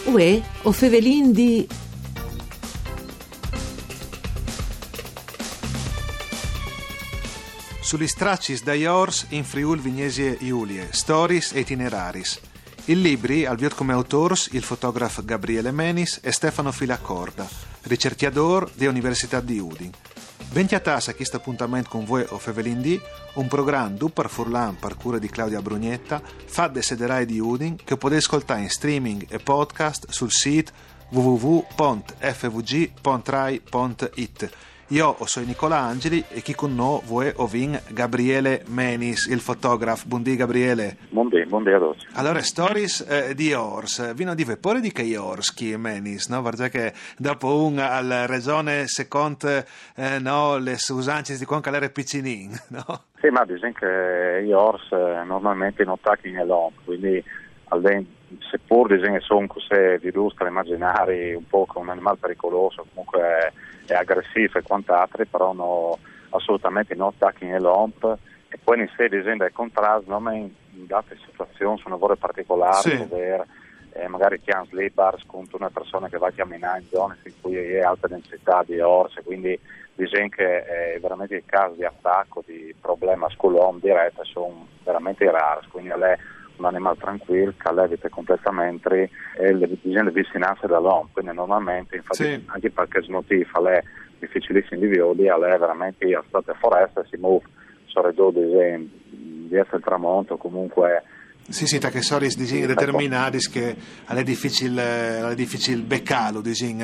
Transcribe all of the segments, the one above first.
Uè, o fevelin di... Sugli straccis da Iors in Friul Vignesie Iulie, stories e itineraris. Il libri al viot come autors il fotografo Gabriele Menis e Stefano Filacorda, ricerchiador de Università di Udin. Venti a tassa questo appuntamento con voi o fevelin di, un programma du per Furlan per cura di Claudia Brugnetta, fa de Sederai di Udin, che potete ascoltare in streaming e podcast sul sito www.fvg.rai.it. Io sono Nicola Angeli e chi con noi vuoi ovin Gabriele Menis, il fotografo. Buondì Gabriele. Buondì a tutti. Allora, stories di Iors. Vino di vepore di che Iors chi Menis, no? Perché che dopo alla regione secondo no, le usanze di quando era piccinin, no? Sì, ma dicono che Iors normalmente non attacchi nell'OM, quindi seppur dicono che sono cose di lustro immaginari, un po' come un animale pericoloso, comunque è aggressivo e quant'altro, però no, assolutamente non attacchi nell'OMP. E poi in sé dicono che contrasto in date situazioni sono lavori particolari, sì. Ovvero magari chi ha slibars contro una persona che va a camminare in zone in cui è alta densità di orse, quindi dicono che veramente i casi di attacco, di problema sull'uomo diretto sono veramente rari, quindi lei un animale tranquillo che evita completamente le vicinanze dall'uomo, quindi normalmente infatti sì. Anche perché smotiva lei difficilissimi di viodi, lei veramente a state foreste si muove sopra di essere il tramonto comunque. Sì, che sono determinati che è difficile beccarlo,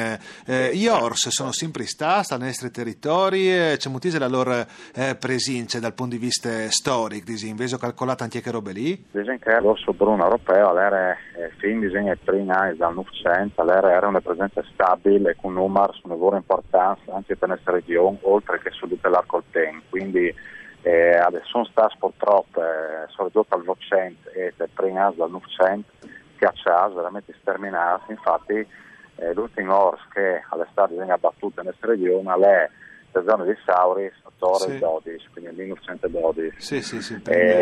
gli ors sono sempre stati nei nostri territori, c'è moltissima la loro presenza dal punto di vista storico, invece calcolata anche che robe lì? Dicono che l'orso bruno europeo era fin disegno prima dal Novecento, era una presenza stabile con numeri su una loro importanza anche per questa regione, oltre che su tutto l'arco alpino, quindi adesso sono stati purtroppo soprattutto al Novecento e prima dal Novecento cacciati, veramente sterminati. Infatti l'ultimo ors che all'estate viene abbattuto in questa regione è la zona di Sauris, Torre sì. 12, quindi nel 1912. Sì.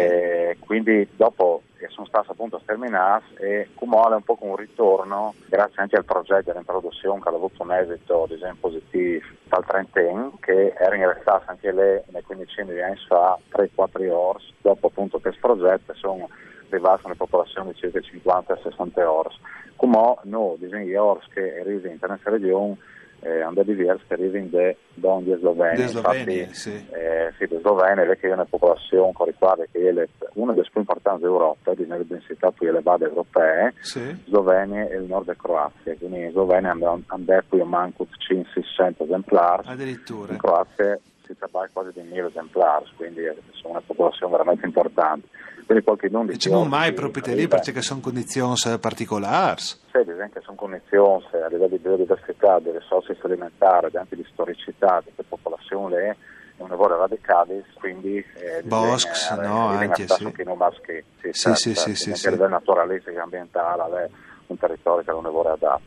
Quindi dopo sono stati appunto sterminati e Cumole è un po' come un ritorno, grazie anche al progetto dell'introduzione che ha avuto un esito ad esempio positivo dal Trentino, che era ingresato anche lei nei 15 di anni fa 3-4 ors, dopo appunto questo progetto sono arrivati a una popolazione di circa 50-60 ors. Come no, gli ors che arrivano in questa regione andare diversi che arrivano da Slovenia. Infatti, sì, da Slovenia, che è una popolazione con riguardo che è una delle più importanti d'Europa, di una densità più elevata europee, sì. Slovenia e il nord di Croazia, quindi in Slovenia hanno qui a manco 500-600 esemplari, addirittura. In Croazia si tratta quasi di 1000 esemplari, quindi sono una popolazione veramente importante. Quindi qualche non di diciamo mai proprio lì perché sono condizioni particolari. Sì, ad esempio sono condizioni a livello di biodiversità, di risorse alimentari, anche di storicità di questa popolazione è un lavoro radicale, quindi boschi, no, anche sì. Che non baschi, sì. A livello naturalistico e ambientale è un territorio che non ne vuole adatto.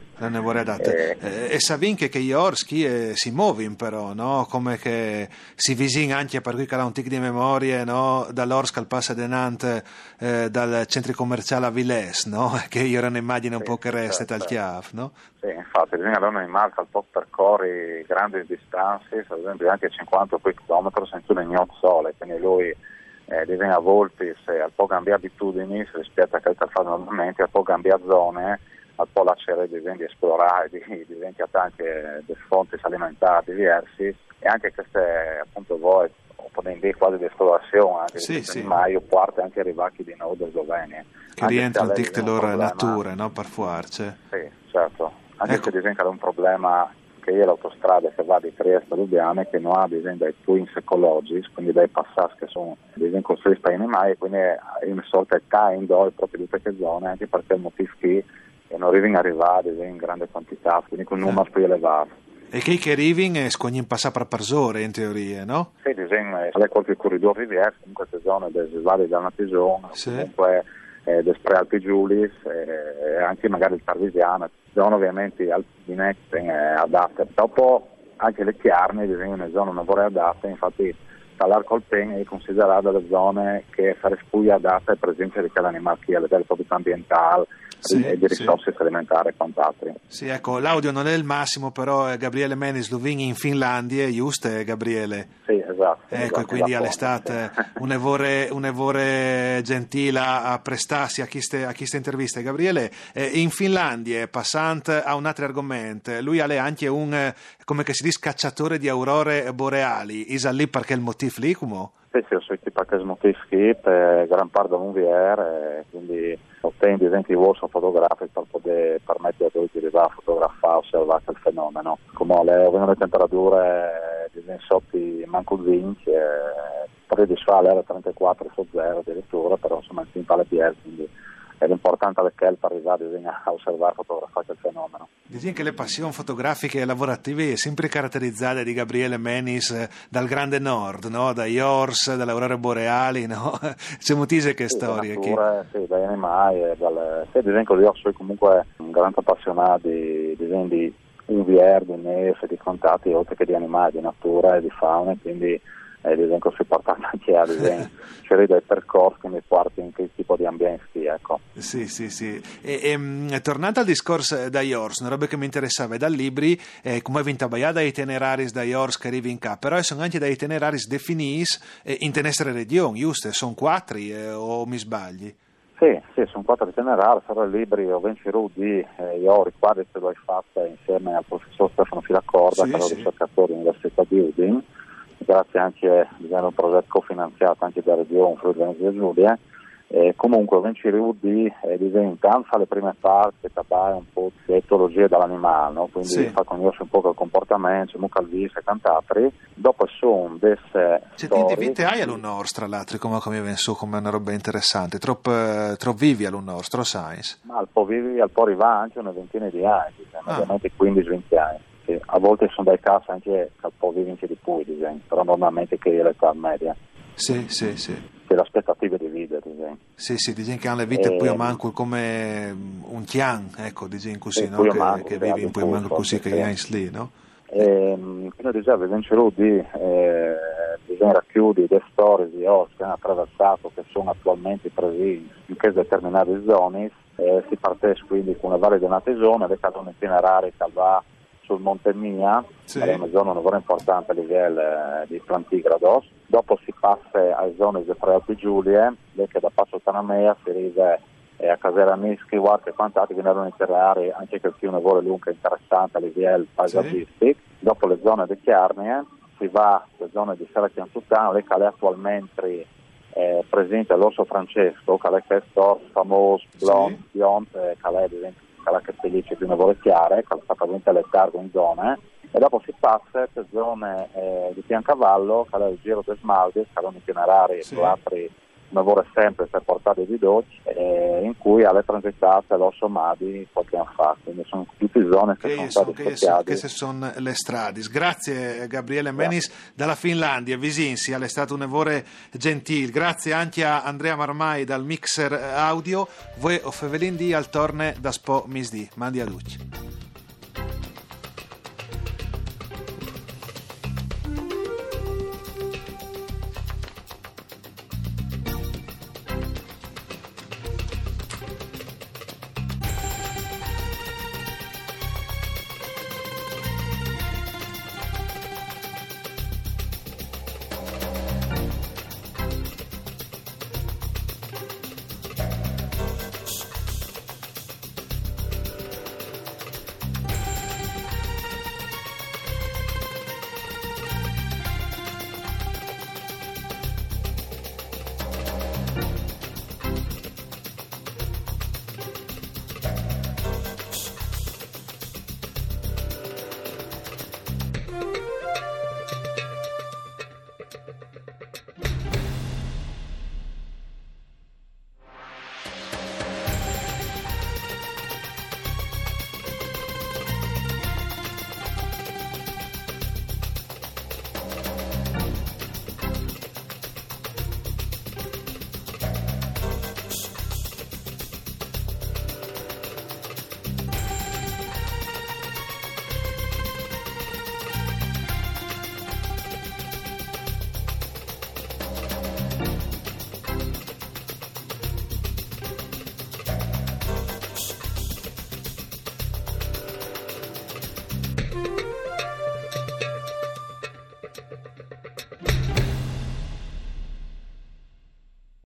E Savin che gli orsi si muovono però, no? Come che si vicina anche per cui che ha un tic di memoria, no? Dall'Orsk al Passa de Nantes, dal centro commerciale a Villers, no? Che io non immagino un po' che resta dal Chiaf, no? Sì, infatti bisogna avere un animale che al poco percorri grandi distanze, ad esempio anche 50 km senza un ignot sole, quindi lui bisogna a volte se al po' cambia abitudini rispetto a quello che fa normalmente, al po' cambia zone, al po' lasciare di esplorare, diventi anche delle fonti alimentari diverse e anche queste appunto voi potete quasi di esplorazione anche sì. animali parte anche arrivare di nuovo da Slovenia che rientrano in tutte le loro nature, no? Per forza. Sì, certo, anche se disegna è un problema che è l'autostrada che va di Trieste a Lubiana che non ha disegno dei twins ecologici, quindi dei passaggi che sono costruiti per animali, quindi è una sorta di time dove proprio di queste zone, anche perché il motivo che non arrivano a arrivare in grande quantità, quindi con un numero più elevato. E che arrivano scognono passare per persone in teoria, no? Sì, disegno è qualche corridoio diverso in queste zone delle varie da una zona, sì. Comunque del Prealpi Giulis e anche magari il Parvisiano, zone ovviamente alpinette adatte. Dopo anche le Chiarne disegnano una zona non vorrei adatte, infatti dall'arco alpino è considerata la zona che fare spuglia adatta alla presenza di quell'animale che è a livello proprio ambientale, e di risorse alimentari e quant'altro. Sì, ecco, l'audio non è il massimo, però Gabriele Menis lo vini in Finlandia, giusto Gabriele? Sì, esatto. Ecco, e quindi all'estate un'evore gentile a prestarsi a queste interviste. Gabriele, in Finlandia, passando a un altro argomento, lui ha anche un, come che si dice, cacciatore di aurore boreali. Isa lì perché il motivo lì, come? Sì, ho sentito perché il motivo lì, gran parte da un VR, quindi ottengo esempio di borsa fotografica per poter permettere a tutti di arrivare a fotografare, osservare il fenomeno. Come le temperature di sotto manco 20, per di fare era 34 su 0 addirittura, però insomma in pale piede, quindi è l'importante per arrivare a osservare e fotografare il fenomeno. Dici che le passioni fotografiche e lavorative è sempre caratterizzate di Gabriele Menis dal grande nord, no? Dagli ors, dalle aurore boreali, no? C'è molte che storie. Sì, dagli animali, io sono comunque un grande appassionato di UVR, di neve, di contatti, oltre che di animali, di natura e di fauna, quindi si è portato anche a scegliere dei percorsi che mi portano in che tipo di ambienti, ecco. Sì. E tornando al discorso da Iors, una roba che mi interessava è dal libri, come vinta da itineraris da Iors che arrivi in capo, però sono anche da itineraris definis in tenestre regioni, giusto? Sono 4 o mi sbagli? Sì, sono 4 itinerari, sarò libri, ho venciuto io ricordo che l'ho fatta insieme al professor Stefano Filacorda, che è un ricercatore dell'Università di Udine, grazie anche a un progetto cofinanziato anche da Regione Friuli Venezia Giulia. Comunque ho venciuto di intanto le prime parti che un po' di etologia dall'animale, no? Quindi fa conoscere un po' il comportamento, un po' il viso e cant'altri. Dopo sono desse storie. Te hai all'UNORS tra l'altro, come viene su come una roba interessante, troppo vivi all'UNORS, troppo science. Ma al po' vivi, al po' arriva anche una ventina di anni, ovviamente 15-20 anni. Sì, a volte sono dai casi anche al po' vivi anche di più, però normalmente che è l'età media. Sì. C'è l'aspettativa di vita, disegno. Sì, dicono che hanno le vite poi manco come un chian, ecco, dicono così, no? Che vivi un po' manco così che hai lì, no? Quindi dicevo, venciuto bisogna racchiudere le storie di Os che hanno attraversato, che sono attualmente presenti in che determinate zone, si parte quindi con una valida zona, le cadone itinerari che va sul Monte Mia, che è una zona importante a livello di plantigrados. Dopo si passa alle zone di Prealpi Giulie, che da Passo Tanamea si arriva a Casera Nischi, e quant'altro, che erano itinerari anche che più un lavoro lungo e interessante a livello paesaggistico. Dopo le zone di Chiarnie si va alle zone di Serra Chianzutano, che è attualmente presente all'Orso Francesco, che è questo famoso Beyond, che è ad esempio la Castellice di una lavoro chiare, che è stata presente all'Ettargo in zone. E dopo si passa a zone di Piancavallo, che è il Giro de Smaldi, che è un itinerario altri lavoro sempre per portare di docci, in cui alle transitate l'Osso Madi qualche anno fa, quindi sono tutte zone che sono state associate. Queste sono le strade. Grazie Gabriele Menis dalla Finlandia, Visinsi, è stato un evore gentile. Grazie anche a Andrea Marmai dal Mixer Audio. Voi o Fevelin di al torne da Spo Misdi. Mandi a Luci.